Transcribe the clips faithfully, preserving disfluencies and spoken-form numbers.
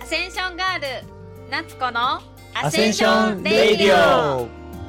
センションガール夏子のアセンションレディオ。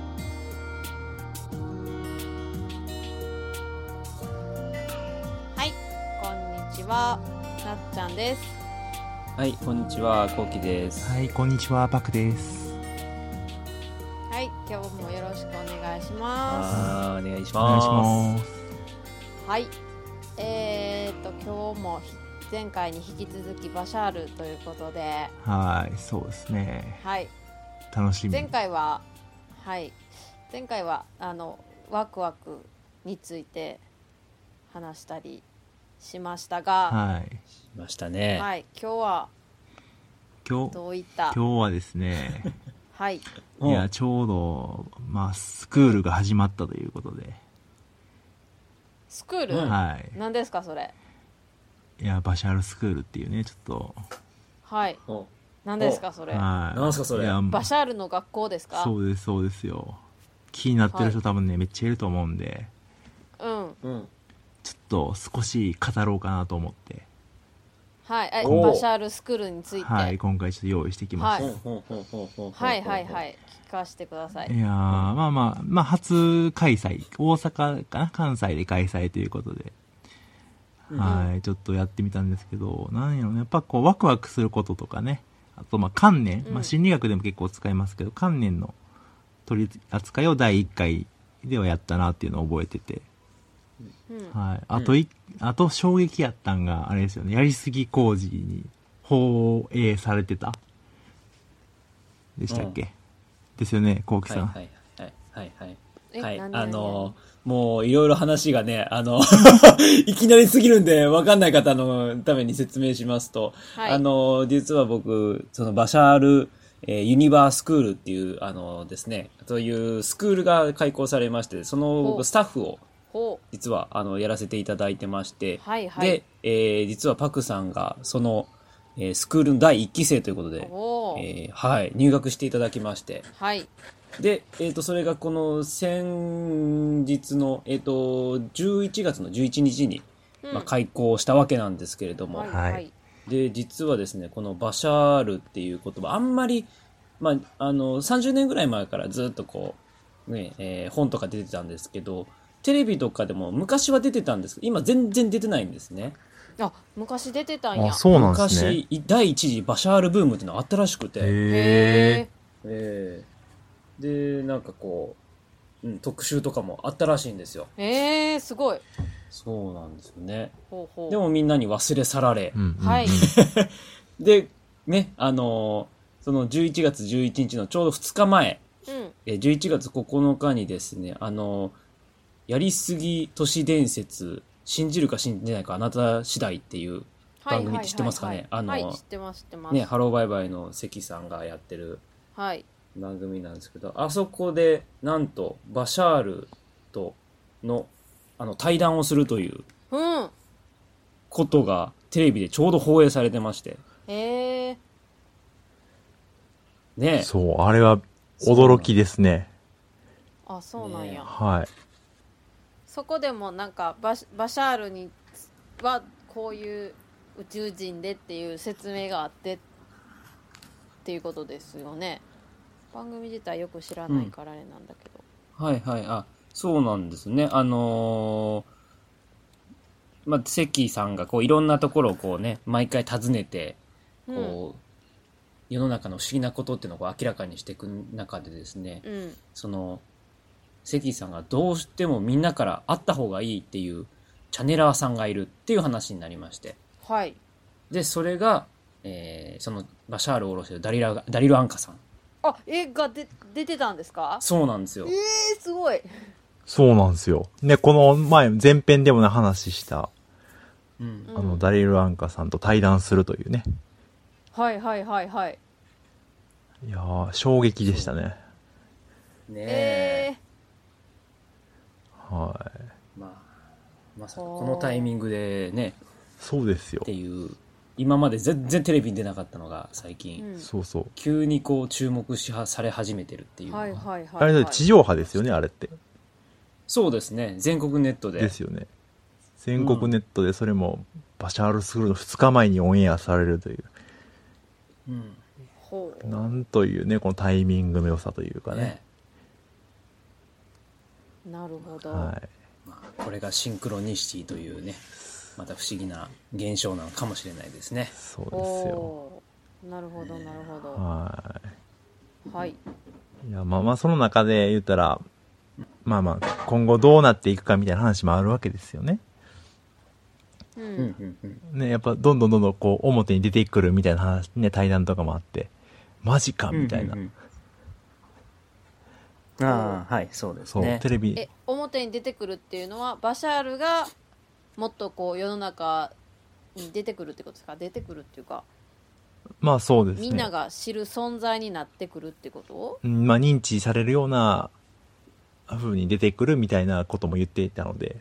はい、こんにちは、なっちゃんです。 はい、こんにちは、こうきです。 はい、こんにちは、パクです。 はい、今日もよろしくお願いします。 あー、お願いしお願います。 します。 はい、えーと今日も前回に引き続きバシャールということで、 はい、そうですね。 はい、 楽しみ。 前回ははい前回はあのワクワクについて話したりしましたが、 はい。 しましたね。 はい、今日は今日、 どういった今日はですね、 はいいや、ちょうど、まあ、スクールが始まったということで、 スクール、 うんはい。 何ですかそれ。 いや、バシャールスクールっていうね、ちょっと、 はい、 お何ですかそれ。 はい。 なんすかそれいや、 バシャールの学校ですか。 そうです、そうですよ。気になってる人、 はい多分ね、めっちゃいると思うんで、 うんうん。 ちょっと少し語ろうかなと思って、 はい、えおバシャールスクールについて、 は、 はいい今回ちょっと用意してきました。 はいほんほんほんほんほんほんほんはいはいはい聞かせてください。 いやー、まあまあ、まあ、初開催、大阪かな、関西で開催ということで、 うんはい、ちょっとやってみたんですけど、なんやろね、やっぱこう、ワクワクすることとかね、あと、まあ、観念、 うんまあ、心理学でも結構使いますけど、観念の取り扱いをだいいっかいではやったなっていうのを覚えてて、 うんはい、あとい、あと衝撃やったんが、あれですよね、やりすぎ工事に放映されてたでしたっけ、 うんですよね、こうきさん。 はいはいはいはいはい。 えはい、 何あの何もういろいろ話がね、あのいきなりすぎるんでわかんない方のために説明しますと、 はいあの実は僕そのバシャール、えーユニバースクールっていうあのですね、そういうスクールが開講されまして、そのほう僕スタッフをほ実はあのやらせていただいてまして、 うはいはいで、えー実はパクさんがその、えースクールのだいいっきせいということで、 おーえーはい入学していただきまして、 はいで、えっ、と、それがこの先日の、えっ、と、じゅういちがつのじゅういちにちに、 うんまあ、開校したわけなんですけれども、 はいはいはいで、実はですね、このバシャールっていう言葉、あんまり、まあ、あの、さんじゅうねんぐらい前からずっとこう、ね、えー本とか出てたんですけど、テレビとかでも昔は出てたんですけど、今全然出てないんですね。 あ昔出てたんや。 あ、そうなんですね。 昔、第一次バシャールブームっていうのがあったらしくて、 へへえーで、なんかこう、うん、特集とかもあったらしいんですよ。 えへえすごい。 そうなんですよね。 ほうほうでもみんなに忘れ去られ。 うんうんうんはいで、ね、あのーそのじゅういちがつじゅういちにちのちょうどふつかまえ、 うんえじゅういちがつここのかにですね、あのーやりすぎ都市伝説、信じるか信じないかあなた次第っていう番組って知ってますかね。あのーはい知ってます知ってます。 ね、ハローバイバイの関さんがやってるはい番組なんですけど、あそこでなんとバシャールとのあの対談をするといううんことがテレビでちょうど放映されてましてへえね。 そう、あれは驚きですね。 あそうなんや、 ねはい。 そこでもなんかバシバシャールにはこういう宇宙人でっていう説明があってっていうことですよね。番組自体よく知らないからあれなんだけど、 はいはい、あ、そうなんですね。あのーまあ、関さんがこういろんなところをこうね、毎回訪ねて、こう、世の中の不思議なことっていうのをこう明らかにしていく中でですね、 うんうんその、関さんがどうしてもみんなから会った方がいいっていうチャネラーさんがいるっていう話になりまして、 はいで、それが、えーそのバシャールを下ろしてるダリラがダリル・アンカさん。 あ映画で出てたんですか。 そうなんですよ。 えー、すごい。 そうなんですよ。ね、この前、前編でもね、話した、 うん。 あの、ダリル・アンカさんと対談するというね。 はいはいはいはい。 いやー、衝撃でしたね。 ねええ。 はい。 まあ、まさかこのタイミングでね、 そうですよって。いう、今まで全然テレビに出なかったのが最ー近、 うんそうそう。 急にこう注目しはされ始めてるっていうのが、 はいはいはい、 あれはい、 だ地上波ですよね、あれって。 そうですね、全国ネットで。 ですよね。全国ネットでそれも、バシャールスクールのふつかまえにオンエアされるという。 うんほう。 なんというね、このタイミングの良さというかね。 ねなるほど。 はい。 まあ、これがシンクロニシティというね、また不思議な現象なのかもしれないですね。 そうですよ。 おーなるほどなるほど。 ははい。 い。いや、まあまあ、その中で言ったら、まあまあ、今後どうなっていくかみたいな話もあるわけですよね。 う。 うんんうんうんね、やっぱどんどんどんどんこう表に出てくるみたいな話、ね、対談とかもあって、マジかみたいな。 うんうんうん、ああはいそうですそう、 ね。 テレビ、 え、表に出てくるっていうのはバシャールがもっとこう世の中に出てくるってことですか？出てくるっていうか、 まあそうですね。 みんなが知る存在になってくるってこと？ うんまあ認知されるような風に出てくるみたいなことも言っていたので、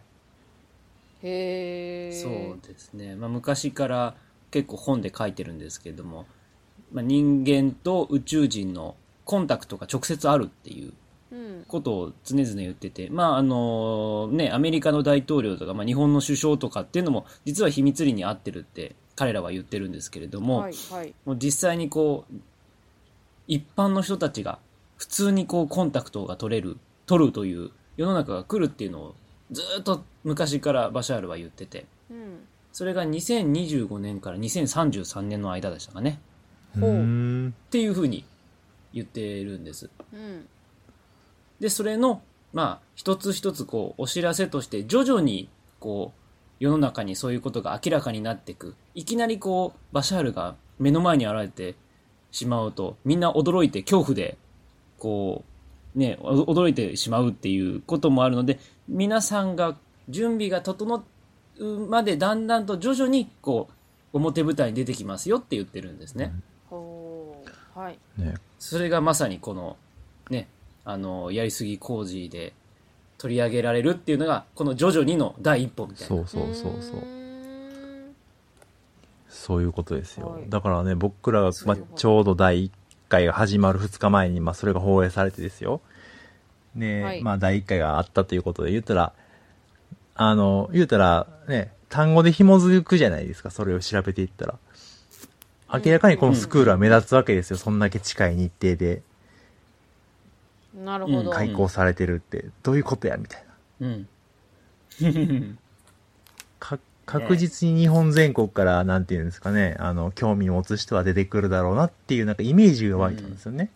へえ。 そうですね、まあ、昔から結構本で書いてるんですけれども、まあ、人間と宇宙人のコンタクトが直接あるっていううん。 ことを常々言ってて、まああのね、アメリカの大統領とか、まあ、日本の首相とかっていうのも実は秘密裏に合ってるって彼らは言ってるんですけれども、 はいはい。 もう実際にこう一般の人たちが普通にこうコンタクトが取れる取るという世の中が来るっていうのをずっと昔からバシャールは言ってて、 うん。 それがにせんにじゅうごねんからにせんさんじゅうさんねんの間でしたかねほううーんっていうふうに言ってるんです。 うん。 でそれのまあ一つ一つこうお知らせとして徐々にこう世の中にそういうことが明らかになっていく。いきなりこうバシャールが目の前に現れてしまうとみんな驚いて恐怖でこうねお驚いてしまうっていうこともあるので、皆さんが準備が整うまでだんだんと徐々にこう表舞台に出てきますよって言ってるんですね。 ほう。はい。 ね、 それがまさにこのねあのやりすぎ工事で取り上げられるっていうのがこの徐々にの第一歩みたいな。 そうそうそうそうーんそういうことですよ、 はいだからね僕らが、まあそういう、 ちょうどだいいっかいが始まるふつかまえに、まあ、それが放映されてですよね、 はいまあだいいっかいがあったということで言ったらあの言うたらね単語で紐づくじゃないですか、それを調べていったら明らかにこのスクールは目立つわけですよ、そんだけ近い日程でなるほど。 うん開講されてるってどういうことやみたいな、 うんか確実に日本全国からなんていうんですかね、あの興味を持つ人は出てくるだろうなっていうなんかイメージが湧いたんですよね、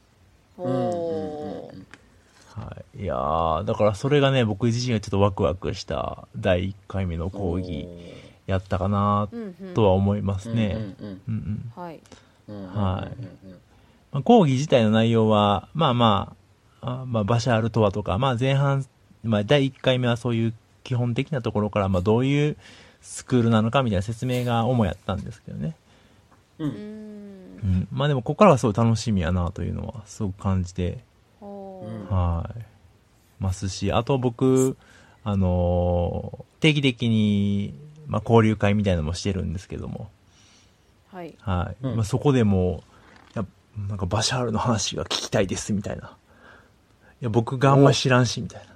ほう。 はい、いやーだからそれがね僕自身がちょっとワクワクしただいいっかいめの講義やったかなうんうん。 とは思いますうんね、 うんうんうんうんはい。 うんはいうんまあ、講義自体の内容はまあまああまあバシャールとはとか、まあ、前半、まあ、だいいっかいめはそういう基本的なところから、まあ、どういうスクールなのかみたいな説明が主やったんですけどね、 うんううー。 うんん、まあでもここからはすごい楽しみやなというのはすごく感じてほうんう。 はいますし、あと僕あのー定期的に、まあ、交流会みたいなのもしてるんですけども、 はい。 はいうんまあ、そこでもいやなんかバシャールの話が聞きたいですみたいな、いや僕があんまり知らんしみたいな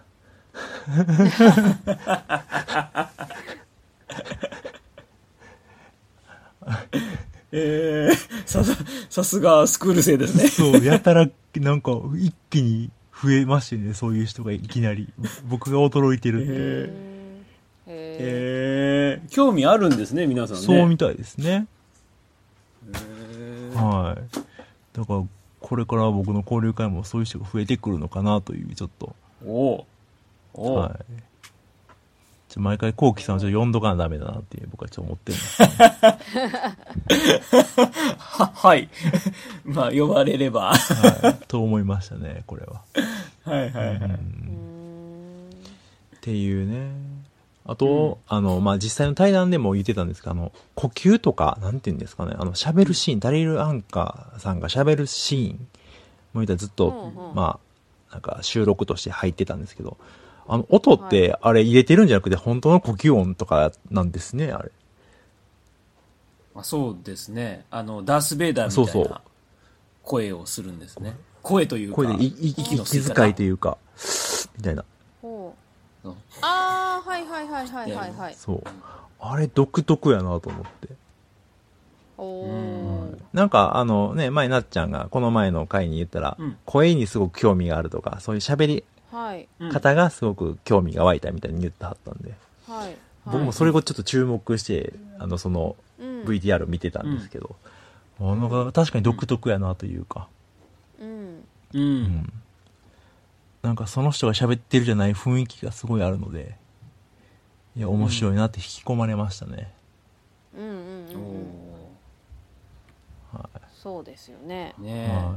えー、さささすがスクール生ですね。 そうやたらなんか一気に増えましてね、そういう人がいきなり僕が驚いてるって、 うーえんへー、えー、興味あるんですね皆さんね。 そうみたいですね、 えーはいだからこれから僕の交流会もそういう人が増えてくるのかなというちょっとおうおう、 はいちょ毎回コウキさんをちょっと呼んどかなダメだなっていう僕はちょっと思ってるんですははいまあ呼ばれればはい、と思いましたねこれは、 はいはいはい、 うんーうーんっていうねあと、あのまあ実際の対談でも言ってたんですけど、あの呼吸とかなんていうんですかね、あの喋るシーン、ダリル・アンカーさんが喋るシーンも言ったらずっと、 うんうんまあなんか収録として入ってたんですけど、あの音ってあれ入れてるんじゃなくて本当の呼吸音とかなんですね、あれ。 まあ、そうですね、あのダース・ベイダーみたいそうそうな声をするんですね。声というかこれでいい息の息吸い方遣いというかみたいな、 ほう。 うんああ、はいはいはいはいはいはい。 そうあれ独特やなと思って、 おうおん。 なんかあのね、前なっちゃんがこの前の回に言ったら、 うん声にすごく興味があるとか、そういう喋りはいうん方がすごく興味が湧いたみたいに言ってはったんで、 はい僕もそれをちょっと注目して、あのそのうんブイティーアール 見てたんですけど、あなんか確かに独特やなというか、 うんううんん、なんかその人が喋ってるじゃない雰囲気がすごいあるので、いや面白いなって引き込まれましたね。 うんうんうんおうんはそうですよねーい、 ねはい、 はい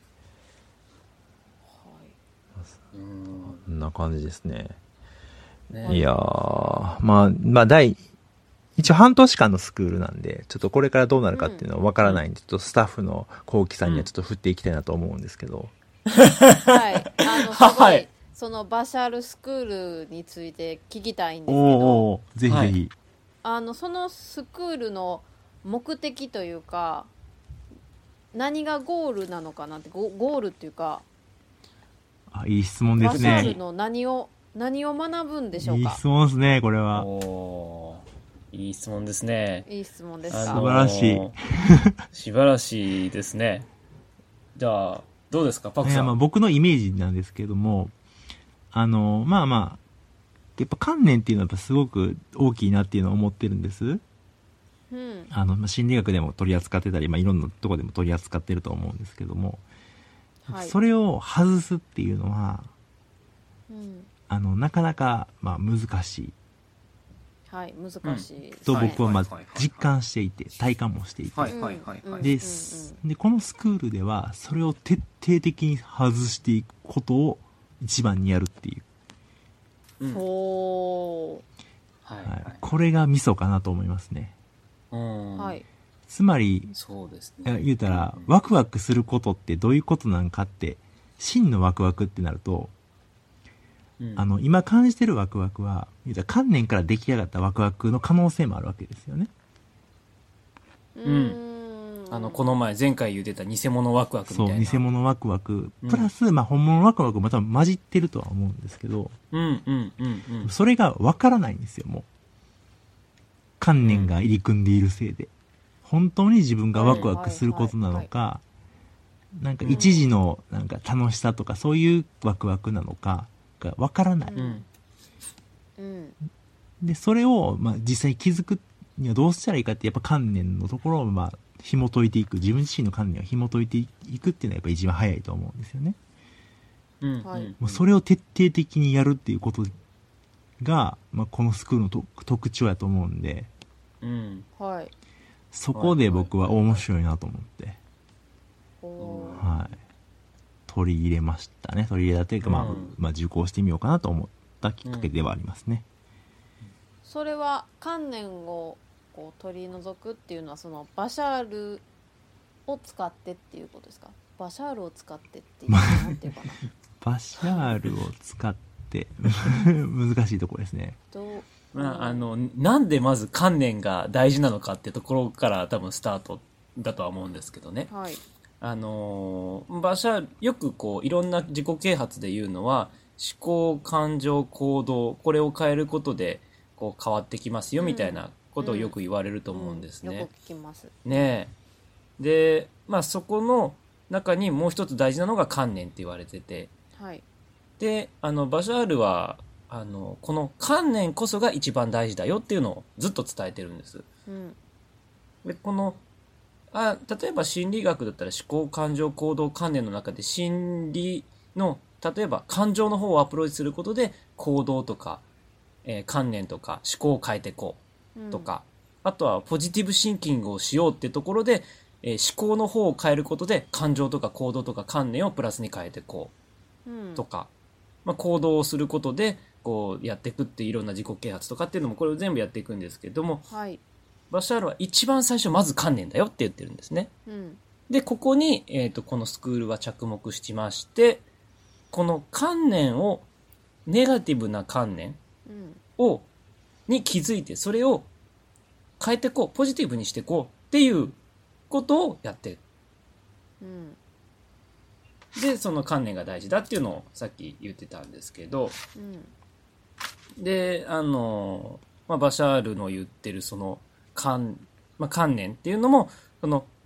うんこんな感じですね。 ねいやー、まあ、まあ、第、一応半年間のスクールなんで、ちょっとこれからどうなるかっていうのはわからないんで、ちょっとスタッフのコウキさんにはちょっと振っていきたいなと思うんですけど。 はいあのすごい、 はいそのバシャールスクールについて聞きたいんですけど、 おー、ぜひぜひ。 あのそのスクールの目的というか何がゴールなのかなって、ゴゴールっていうかあ、いい質問ですねバシャール。の何を何を学ぶんでしょういいか。 質問ですね、これは。 おーいい質問ですね。 いい質問ですあか。 素晴らしい素晴らしいですね。じゃあ、どうですか、パクいや、まあさん。 僕のイメージなんですけども、あの、まあまあ、やっぱ観念っていうのはやっぱすごく大きいなっていうのを思ってるんです。 うんあの、まあ、心理学でも取り扱ってたり、まあいろんなとこでも取り扱ってると思うんですけども、 はい、 それを外すっていうのは、 うんあの、なかなか、まあ難しいはい、難しいですとね、 僕はまずはいはいはいはい実感していて、体感もしていて。 はいはいはいはい。 で、 うんで、このスクールでは、それを徹底的に外していくことを一番にやるっていう。 うんおははいはいい。 これがミソかなと思いますね。 うんーはいつまり、 そうですえね。 言うたらうん、 ワクワクすることってどういうことなんかって、真のワクワクってなると、 うんあの、今感じてるワクワクは、言うたら観念から出来上がったワクワクの可能性もあるわけですよね。 ううんんあの、この前、前回言ってた偽物ワクワクみそう、 たいな。 偽物ワクワク。 うんプラス、まあ、本物ワクワクも多分混じってるとは思うんですけど、 うんうんうんうん。 それがわからないんですよ、もう。観念が入り組んでいるせいで。本当に自分がワクワクすることなのか、なんか一時のなんか楽しさとかそういうワクワクなのかがわからない。 うんうんで、それを、まあ、実際気づくにはどうしたらいいかって、やっぱ観念のところを、まあ、紐解いていく。自分自身の観念を紐解いていくっていうのはやっぱ一番早いと思うんですよね。 うんはいもうそれを徹底的にやるっていうことが、まあ、このスクールのと特徴やと思うんで、 うんはいそこで僕は面白いなと思って、 おーはい。取り入れましたね。取り入れたというか、まあ、 うんまあ、受講してみようかなと思ったきっかけではありますね。 それは観念をこう取り除くっていうのはそのバシャールを使ってっていうことですか。バシャールを使ってっていうなんていうかなバシャールを使って難しいところですね。 どうまあ、あの、なんでまず観念が大事なのかっていうところから多分スタートだとは思うんですけどね。 はいあのー、バシャール、よくこう、いろんな自己啓発で言うのは、思考、感情、行動、これを変えることで、こう変わってきますよみたいなことをよく言われると思うんですね。 よく聞きます。 ねえ。で、まあそこの中にもう一つ大事なのが観念って言われてて、 はいで、あの、バシャールは、あの、この観念こそが一番大事だよっていうのをずっと伝えてるんです。 うんで、この、あ、例えば心理学だったら思考、感情、行動、観念の中で心理の、例えば感情の方をアプローチすることで行動とか、えー観念とか思考を変えていこうとか、あとはポジティブシンキングをしようってところで、えー思考の方を変えることで感情とか行動とか観念をプラスに変えていこうんうとか、まあ、行動をすることでこうやっていくっていういろんな自己啓発とかっていうのもこれを全部やっていくんですけども、 はいバシャールは一番最初まず観念だよって言ってるんですね。 うんで、ここに、えっと、このスクールは着目しまして、この観念を、ネガティブな観念うんを、に気づいて、それを変えていこう、ポジティブにしていこうっていうことをやってる。 うんで、その観念が大事だっていうのをさっき言ってたんですけど、 うんで、あの、まあ、バシャールの言ってるその観、まあ、観念っていうのも、その、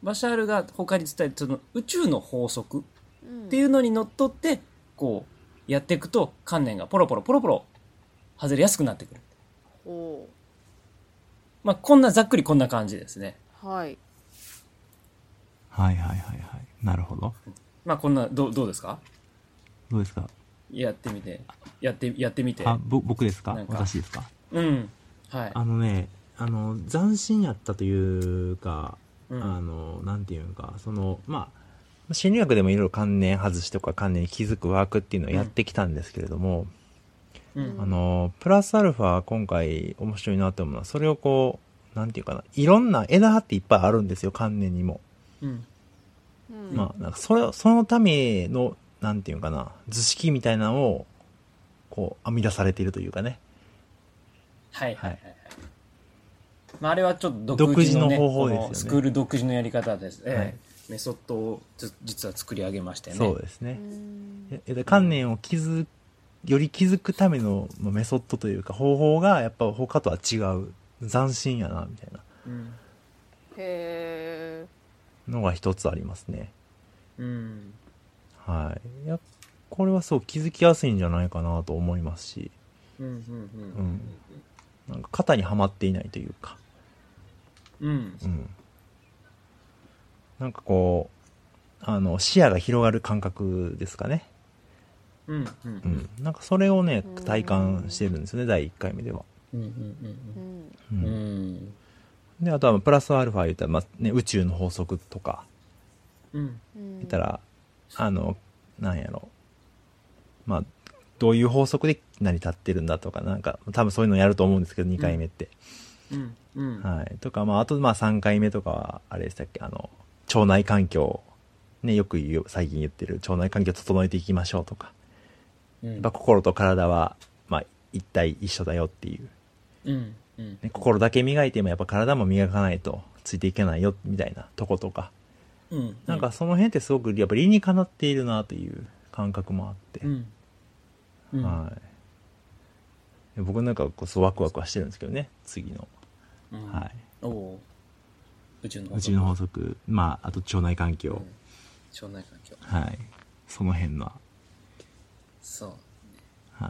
バシャールが他に伝えるその宇宙の法則うんっていうのにのっとってこうやっていくと観念がポロポロポロポロ外れやすくなってくる。 ほまあこんなざっくりこんな感じですね。 うはいはいはいはいはい。なるほど。 まあこんなどうどうですか？ どうですか？ やってみてやってやってみて。 あ、ぼ、僕ですか？ なんか私ですか？ うんはい。 あのね、あの、斬新やったというか、 うんあの、なんていうか、その、まあ、心理学でもいろいろ観念外しとか観念に気づくワークっていうのをやってきたんですけれども、 うんあの、プラスアルファ今回面白いなと思うのは、それをこう、なんていうかな、いろんな枝葉っていっぱいあるんですよ、観念にも。 うんうんまあ、なんかそれ、そのための、なんていうかな、図式みたいなのを、こう、編み出されているというかね。 はいはいはいはい。まあ、あれはちょっと独自の,、ね、 独自の方法ですよねこのスクール独自のやり方です、ええはいメソッドをず実は作り上げましてね。 そうですねう。んえで観念を気づより気づくためのまあメソッドというか方法がやっぱ他とは違う斬新やなみたいなうんへえのが一つありますね。 うんはい。いやこれはそう気づきやすいんじゃないかなと思いますし、 うんうんうん、なんか型にはまっていないというか、 うんうんうん、なんかこうあの視野が広がる感覚ですかね。 うんうんううんん、なんかそれをねうん体感してるんですよね、だいいっかいめでは。 うんうんうんううんんうんであとはプラスアルファ言ったら、まあね、宇宙の法則とかうんうん言ったら、あのなんやろまあどういう法則で成り立ってるんだとかなんか多分そういうのやると思うんですけどにかいめって、 うんうんはいとかまああとまあさんかいめとかはあれでしたっけあの腸内環境ねよく言う最近言ってる腸内環境を整えていきましょうとか、 うんやっぱ心と体はまあ一体一緒だよっていううんうんね、心だけ磨いてもやっぱ体も磨かないとついていけないよみたいなとことか、 うんなんかその辺ってすごくやっぱ理にかなっているなという感覚もあって、 うんうんはいで僕なんかこそワクワクはしてるんですけどね次の、 うんはい、 おお宇宙の法則うちの法則まああと腸内環境、 腸内環境はいその辺のそうはい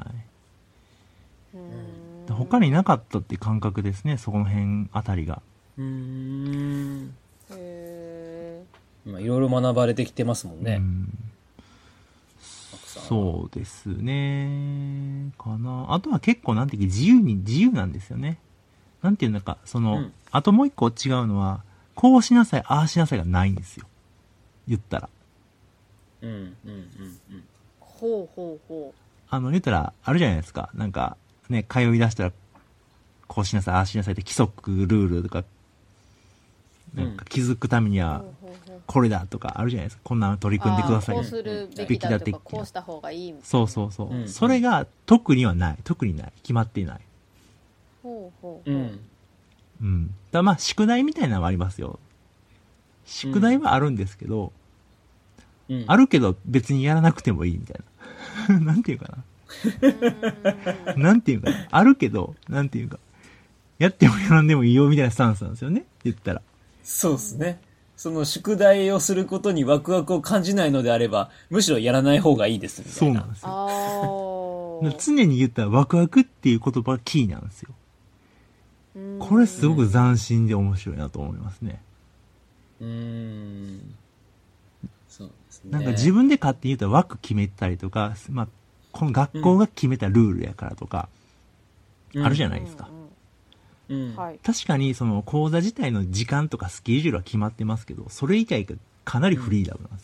うん他になかったって感覚ですねそこの辺あたりがうーんへえまあいろいろ学ばれてきてますもんねうんたくさんそうですね。かな。あとは結構なんていうか自由に、自由なんですよね。なんていうのか、その、 うんあともう一個違うのは、こうしなさい、ああしなさいがないんですよ。言ったら。 うんうんうんうんほうほうほあの、言ったら、あるじゃないですか。なんか、ね、通い出したら、こうしなさい、ああしなさいって規則、ルールとか、なんか気づくためにうは、 ほうほうほうこれだとかあるじゃないですか。こんなの取り組んでくださいあーこうよ。 するべべきだってきだとかこうした方がいいみたいなそうそうそう。 うんそれが特にはない。特にない。決まっていない。 ほうほうほううんうん。だからまあ、宿題みたいなのはありますよ。宿題はあるんですけど、 うんあるけど別にやらなくてもいいみたいな。なんていうかな。なんていうかな。あるけど、なんていうか。やってもやらんでもいいよみたいなスタンスなんですよね。言ったら。 そうですねその宿題をすることにワクワクを感じないのであればむしろやらない方がいいですみたいうなそなんですよ。 あー常に言ったらワクワクっていう言葉がキーなんですよ。 うんこれすごく斬新で面白いなと思いますね。 うーんそうですねなんか自分で勝手に言ったら枠決めたりとか、まあ、この学校が決めたルールやからとか、あるじゃないですか。 うんうんはい確かにその講座自体の時間とかスケジュールは決まってますけど、それ以外がかなりフリーダムなん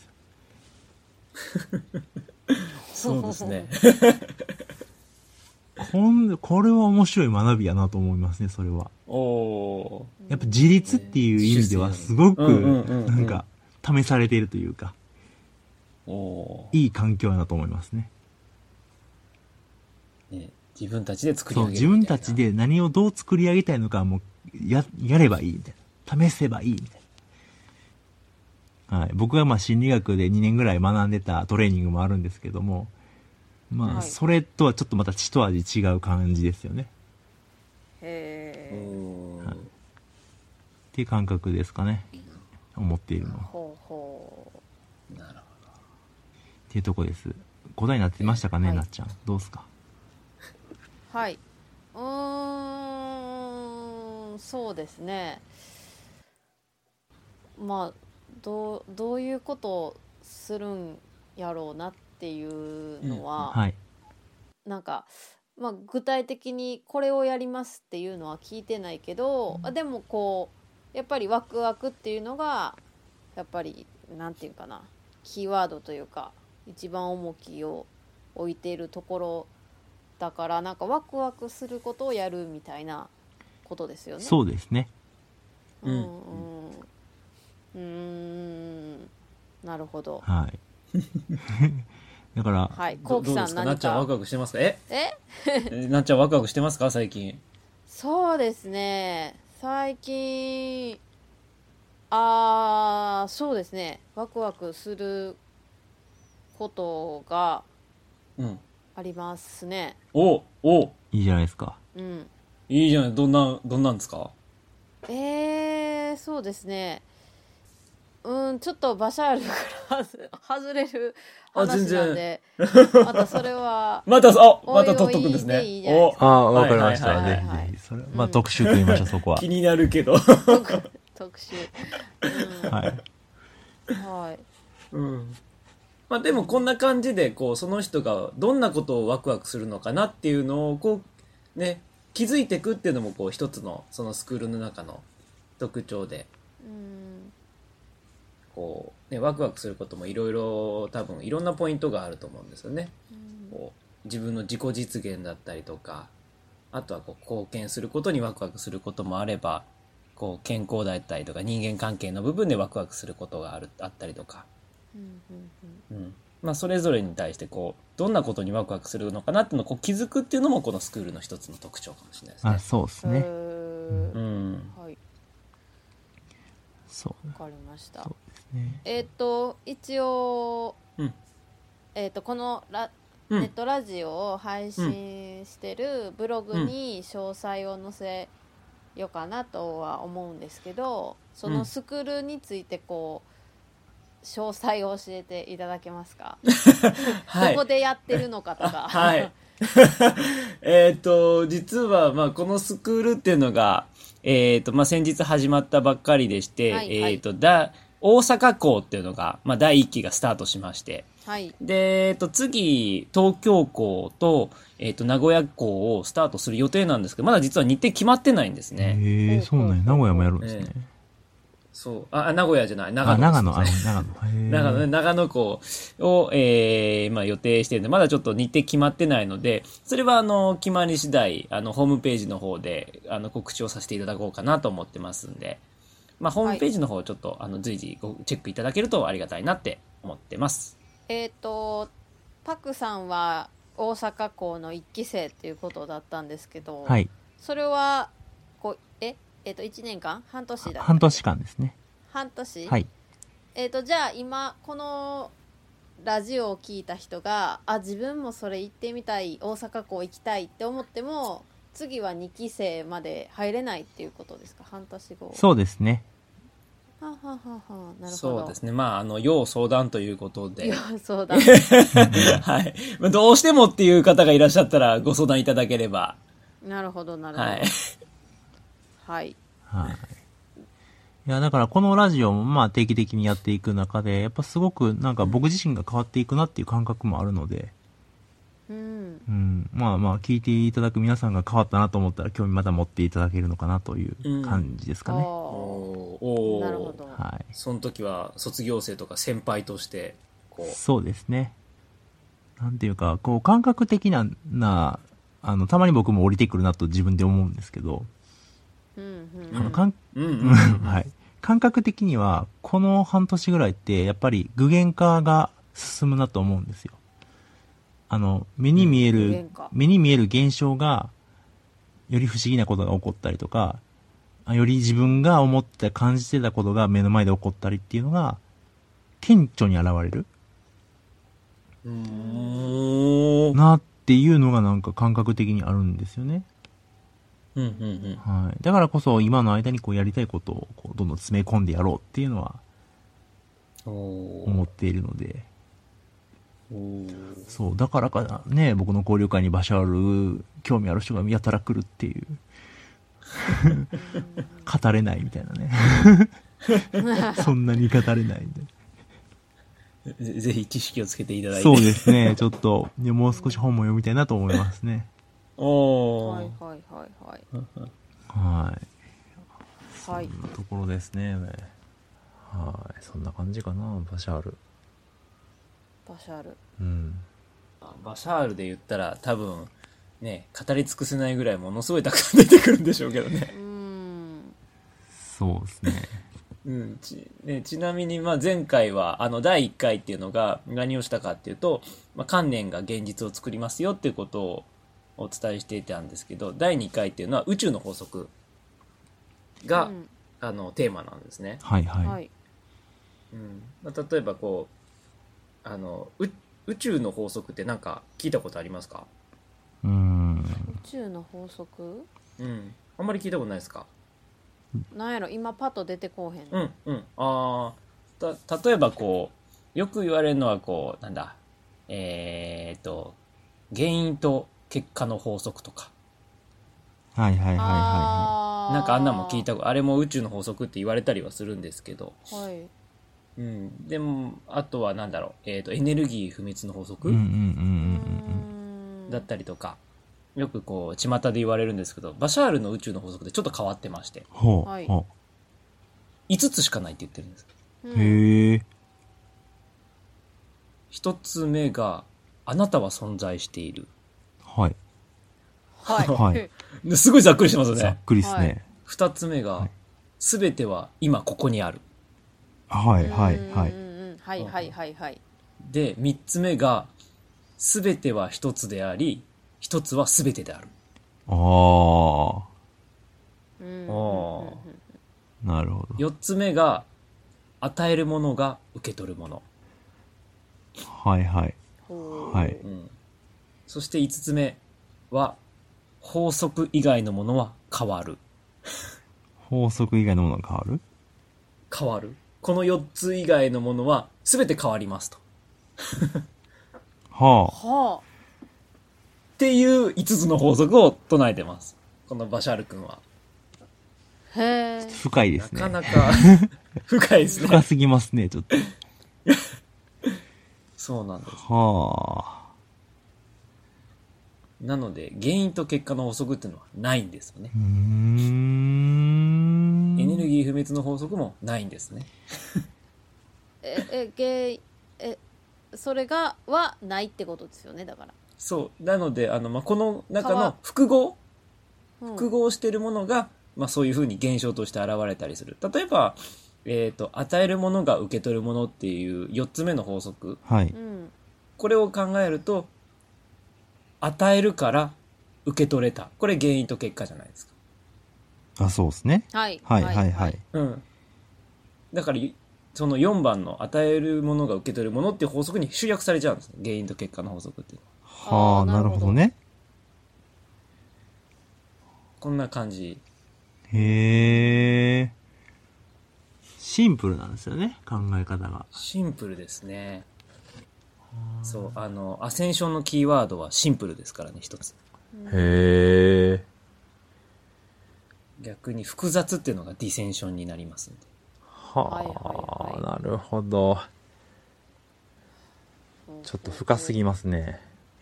ですよ。 そうですねこんこれは面白い学びやなと思いますね、それは。 おおやっぱ自立っていう意味ではすごくうんうんうんうんなんか試されているというか、 ーおいい環境やなと思いますね。 ー、ね、自分たちで作りそう、 上げるみたいな自分たちで何をどう作り上げたいのかはもうや、やればいいみたいな。試せばいいみたいな。はい。僕がまあ心理学でにねんぐらい学んでたトレーニングもあるんですけども、まあ、 はいそれとはちょっとまた一味違う感じですよね。 うへえんはいっていう感覚ですかね。 思っているの。 ほうほなるほっていうとこです。答えになってましたかね、 はいなっちゃん。どうすか？ う。はい。うーん、そうですね。まあどうどういうことをするんやろうなっていうのは、 はい。 なんか、まあ、具体的にこれをやりますっていうのは聞いてないけど、あでもこうやっぱりワクワクっていうのがやっぱりなんていうかな、キーワードというか一番重きを置いているところだから、なんかワクワクすることをやるみたいなことですよね。 そうですね。 うんうんうーん、なるほど。 はい。だから、 はい、 ど。 こうきどうですか、 さん何かなっちゃんワクワクしてますか？えええなっちゃんワクワクしてますか最近？ そうですね、最近あーそうですね、ワクワクすることがうん。 ありますね。 おおいいじゃないですか。 うんいいじゃない。どんな、どんなんですか？ えー、そうですね、うんちょっとバシャールから外れる話なんで、またそれはまた、あ、 おいまた取っとくんですおいでいいね。おじゃないですかああ、わかりました。 はいはいはいはいぜひぜひ。それ、まあ、 うん特集と言いましょう、そこは。 気になるけど。 特特集、うんはい。 はい、 うん。まあでもこんな感じで、こう、その人がどんなことをワクワクするのかなっていうのを、こう、ね、気づいていくっていうのも、こう、一つの、そのスクールの中の特徴で、 うんこう、ね、ワクワクすることもいろいろ、多分いろんなポイントがあると思うんですよね。こう自分の自己実現だったりとか、あとはこう貢献することにワクワクすることもあれば、こう健康だったりとか人間関係の部分でワクワクすることがあるあったりとか、 うんうんうん、まあそれぞれに対してこうどんなことにワクワクするのかなっていうのをこう気づくっていうのもこのスクールの一つの特徴かもしれないですあ、 ね。 そうですうん、 ね。 へーうん、 はい、 そうわかりました。 そうですね。 えっ、と一応、 うんえっ、とこのラうんネットラジオを配信してるブログに詳細を載せようかなとは思うんですけど、そのスクールについてこう詳細を教えていただけますか？ はいどこでやってるのかとか。 はいえっと実はまあこのスクールっていうのが、えっとまあ先日始まったばっかりでして、 はいはい、 えっとだ大阪校っていうのが、まあ、だいいっきがスタートしまして、 はい、 で、えっと、次、東京校と、えっと、名古屋校をスタートする予定なんですけど、まだ実は日程決まってないんですね。 へえ、そうなんや。名古屋もやるんですね。 そう。あ、あ名古屋じゃない。長あ、 野長野、あです。 の、長野。へー長野ね、長野校を、えー、まあ予定してるんで、まだちょっと日程決まってないので、それはあの、決まり次第、あの、ホームページの方で、あの、告知をさせていただこうかなと思ってますんで、まあ、ホームページの方をちょっと、あの、随時ごチェックいただけるとありがたいなって思ってます。 えっ、とパクさんは大阪校のいっき生っていうことだったんですけど、 はい。 それはこうええっ、といちねんかん半年だった半年間ですね。 半年、 はい。 えっ、とじゃあ今このラジオを聞いた人があ自分もそれ行ってみたい、大阪校行きたいって思っても次はにき生まで入れないっていうことですか？半年後。 そうですね。 ははははなるほど。 そうですね。まあ、あの、要相談ということで。 いやそうだはい。まあどうしてもっていう方がいらっしゃったらご相談いただければ。 なるほどなるほど。 はい。 はい。 はい。いや、だからこのラジオもまあ定期的にやっていく中で、やっぱすごくなんか僕自身が変わっていくなっていう感覚もあるので、 うんうん、まあまあ聞いていただく皆さんが変わったなと思ったら興味また持っていただけるのかなという感じですかね。 あーおーおーなるほど。 はい。 その時は卒業生とか先輩として、こう。 そうですね。なんていうか、こう感覚的な、な、あの、たまに僕も降りてくるなと自分で思うんですけど、 うんうんあの、かん、 うんうんうん。 はい。感覚的には、この半年ぐらいって、やっぱり具現化が進むなと思うんですよ。あの、目に見える具現化、 目に見える現象が、より不思議なことが起こったりとか、あより自分が思って感じてたことが目の前で起こったりっていうのが、顕著に現れるうーん。 なっていうのがなんか感覚的にあるんですよね。 うんうんうん。 はい。だからこそ今の間にこうやりたいことをこうどんどん詰め込んでやろうっていうのは、 お思っているので、 おそう、だからかね、僕の交流会にバシャール興味ある人がやたら来るっていう。語れないみたいなね。そんなに語れないみたいな。 ぜぜひ知識をつけていただいて。 そうですね。ちょっと、いやもう少し本も読みたいなと思いますね。 おー。 はいはいはいはいはい。 はいそんなところですね。はい。そんな感じかな、バシャール。 バシャール。 うん。 バシャールで言ったら多分ね、語り尽くせないぐらいものすごいたくさん出てくるんでしょうけどね。 うーん。 そうですね。 うんちね、ちなみにまあ前回はあのだいいっかいっていうのが何をしたかっていうと、まあ、観念が現実を作りますよっていうことをお伝えしていたんですけど、だいにかいっていうのは宇宙の法則が、 うんあのテーマなんですね。 はいはい。 はい。 うんまあ、例えばこうあのう宇宙の法則って何か聞いたことありますか？ うーん。 宇宙の法則？ うんあんまり聞いたことないですか？ なんやろ、今パッと出てこうへん。 うんうんあーた例えばこうよく言われるのはこうなんだえー、っと原因と結果の法則とかはいはいはいはあーなんかあんなんも聞いたあれも宇宙の法則って言われたりはするんですけど、 はい。 うん、でもあとはなんだろう、えー、とエネルギー不滅の法い。 則、 うんうんうんううんーんだったりとかよくこう巷で言われるんですけど、バシャールの宇宙の法則でちょっと変わってまして、 うん。ほう。 はいほいつつしかないって言ってるんです。 うんう。へえ。 ひとつめがあなたは存在している。 はい。 はい。 はいですごいざっくりしてますざっね。 くりですね。 ふたつめがすべては今ここにある。 はいはいはい。 うんうんうんはいはいはいはい。 でみっつめがすべてはひとつでありひとつはすべてである。 ああ。 うんおーなるほど。 よっつめが与えるものが受け取るもの、 はいはい。 ほうはい。 うん、そしていつつめは法則以外のものは変わる法則以外のものが変わる？ 変わるこのよっつ以外のものは全て変わりますとははっていういつつの法則を唱えてますこのバシャール君は。 あ。へえあ。。深いですね。 なかなか深いですね。 深すぎますね、ちょっと。 そうなんです。 はなので原因と結果の法則っていうのはないんですよねあ。うー。ん。 エネルギー不滅の法則もないんですね。 ええゲイえそれがはないってことですよね、だから。 そうなのであの、まあ、この中変わの複合うん複合しているものが、まあ、そういうふうに現象として現れたりする。例えば、えーと与えるものが受け取るものっていうよっつめの法則、 はい。 うんこれを考えると与えるから受け取れた、これ原因と結果じゃないですか。 あ、そうですね。 はいはいはいはい。 うん、だからそのよんばんの与えるものが受け取るものっていう法則に集約されちゃうんですね、原因と結果の法則っていうのは。 はあ、なあーなるほどるほどね。 こんな感じ。 へえ。シンプルなんですよね、考え方が。 シンプルですね。そうあのアセンションのキーワードはシンプルですからね、一つ。 へえ。 逆に複雑っていうのがディセンションになりますんで。 はいはいはあ、 はなるほど。ちょっと深すぎますね。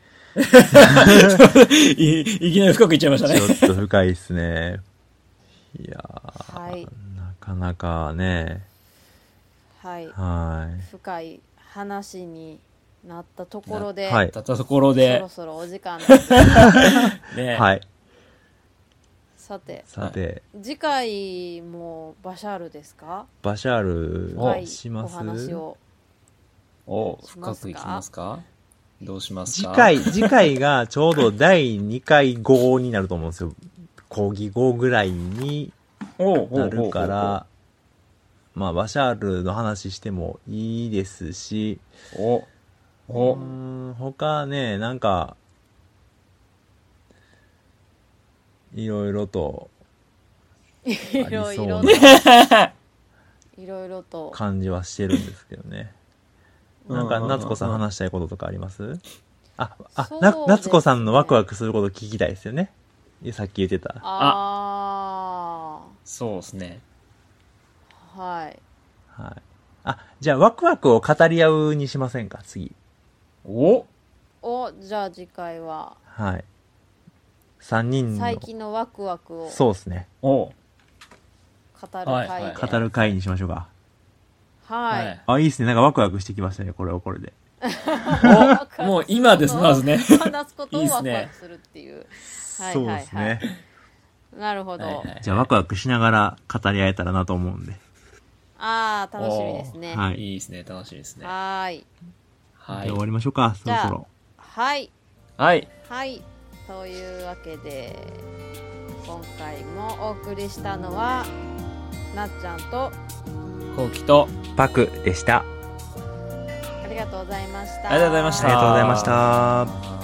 いいきなり深くいっちゃいましたね。 ちょっと深いですね。いやー、 はいなかなかね。 はいはい。 深い話になったところで、 はいたったところそでろ、そろお時間です。 ね、 はい。 さてさて、 次回もバシャールですか？ バシャール深いおします話を。 おしますか深くいきますか？どうしますか？ 次回、次回がちょうどだいにかい号になると思うんですよ。講義号ぐらいにおうなるから、まあ、バシャールの話してもいいですし、 おうおーん、他ね、なんか、いろいろと、 いろいろありそうなな、 いろいろと感じはしてるんですけどね。なんか、夏子さん話したいこととかあります？あ、あ、な、夏子さんのワクワクすること聞きたいですよね。さっき言ってた。 あそうですね。 あ、はい。 はい。あ、じゃあワクワクを語り合うにしませんか、次。 おお、じゃあ次回は。 はい。三人の。 最近のワクワクを。 そうですね。 お語る回で、はいはいはい、 語る回にしましょうか。 はい。 あ、いいですね。なんかワクワクしてきましたね、これはこれで。 おもう今です、まずね。 話すことをワクワクするっていう。いいすね、はいはいはい、そうですね。なるほど、はいはいはい。 じゃあワクワクしながら語り合えたらなと思うんで。 ああ、楽しみですね。 はい。いいですね、楽しみですね。 はい。 はい。じゃあ終わりましょうか、そろそろ。 はい。 はい。 はい。というわけで、今回もお送りしたのは、なっちゃんと、 こうきと、 パクでした。 ありがとうございました。 ありがとうございました。 ありがとうございました。